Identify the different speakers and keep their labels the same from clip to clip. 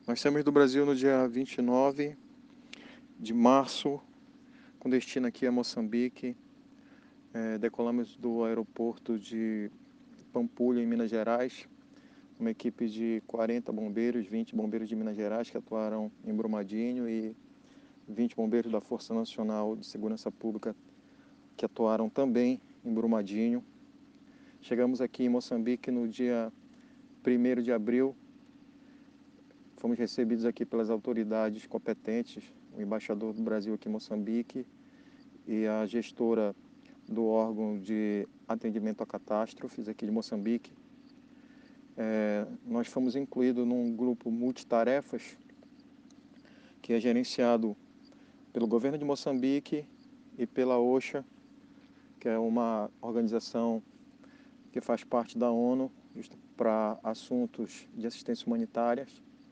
Speaker 1: Nós saímos do Brasil no dia 29 de março, com destino aqui a Moçambique. Decolamos do aeroporto de Pampulha, em Minas Gerais, uma equipe de 40 bombeiros, 20 bombeiros de Minas Gerais que atuaram em Brumadinho e 20 bombeiros da Força Nacional de Segurança Pública que atuaram também em Brumadinho. Chegamos aqui em Moçambique no dia 1º de abril. Fomos recebidos aqui pelas autoridades competentes, o embaixador do Brasil aqui em Moçambique e a gestora do órgão de atendimento a catástrofes aqui de Moçambique. Nós fomos incluídos num grupo multitarefas que é gerenciado pelo governo de Moçambique e pela OCHA, que é uma organização que faz parte da ONU para assuntos de assistência humanitária.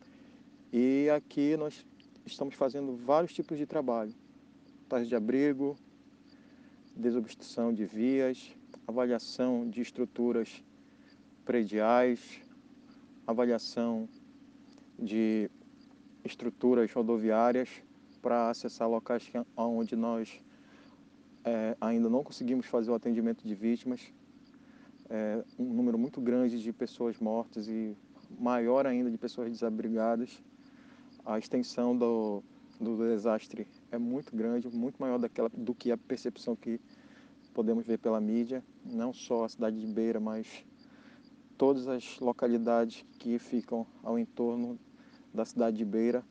Speaker 1: E aqui nós estamos fazendo vários tipos de trabalho: tarde de abrigo, desobstrução de vias, avaliação de estruturas prediais, avaliação de estruturas rodoviárias para acessar locais onde nós ainda não conseguimos fazer o atendimento de vítimas. Um número muito grande de pessoas mortas e maior ainda de pessoas desabrigadas. A extensão do desastre é muito grande, muito maior do que a percepção que podemos ver pela mídia. Não só a cidade de Beira, mas todas as localidades que ficam ao entorno da cidade de Beira.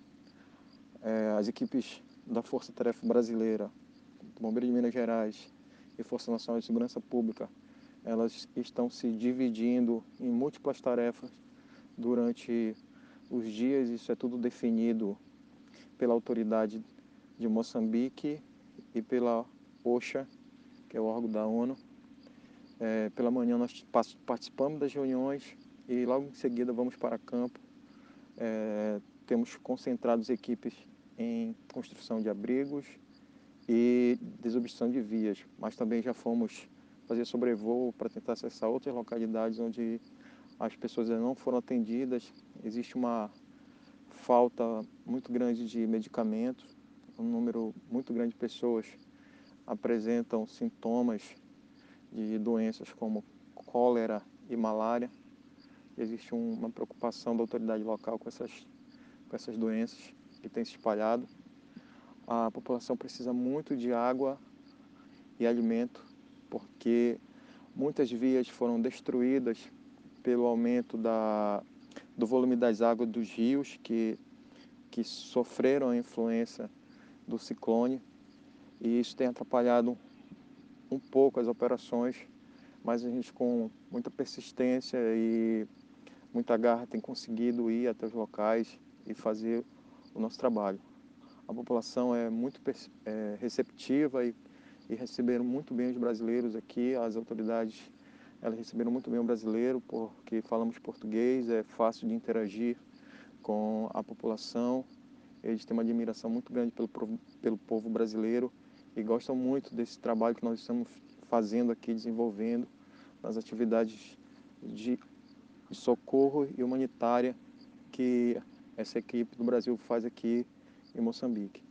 Speaker 1: As equipes da Força Tarefa Brasileira, do Bombeiro de Minas Gerais e Força Nacional de Segurança Pública, elas estão se dividindo em múltiplas tarefas durante os dias. Isso é tudo definido pela autoridade de Moçambique e pela OCHA, que é o órgão da ONU. Pela manhã nós participamos das reuniões e logo em seguida vamos para campo. Temos concentrados equipes em construção de abrigos e desobstrução de vias, mas também já fomos fazer sobrevoo para tentar acessar outras localidades onde as pessoas ainda não foram atendidas. Existe uma falta muito grande de medicamentos, um número muito grande de pessoas apresentam sintomas de doenças como cólera e malária. Existe uma preocupação da autoridade local com essas doenças que têm se espalhado. A população precisa muito de água e alimento, porque muitas vias foram destruídas pelo aumento do volume das águas dos rios que sofreram a influência do ciclone, e isso tem atrapalhado um pouco as operações, mas a gente, com muita persistência e muita garra, tem conseguido ir até os locais e fazer o nosso trabalho. A população é muito receptiva e receberam muito bem os brasileiros aqui. As autoridades, elas receberam muito bem o brasileiro porque falamos português, é fácil de interagir com a população. Eles têm uma admiração muito grande pelo povo brasileiro e gostam muito desse trabalho que nós estamos fazendo aqui, desenvolvendo nas atividades de socorro e humanitária que essa equipe do Brasil faz aqui em Moçambique.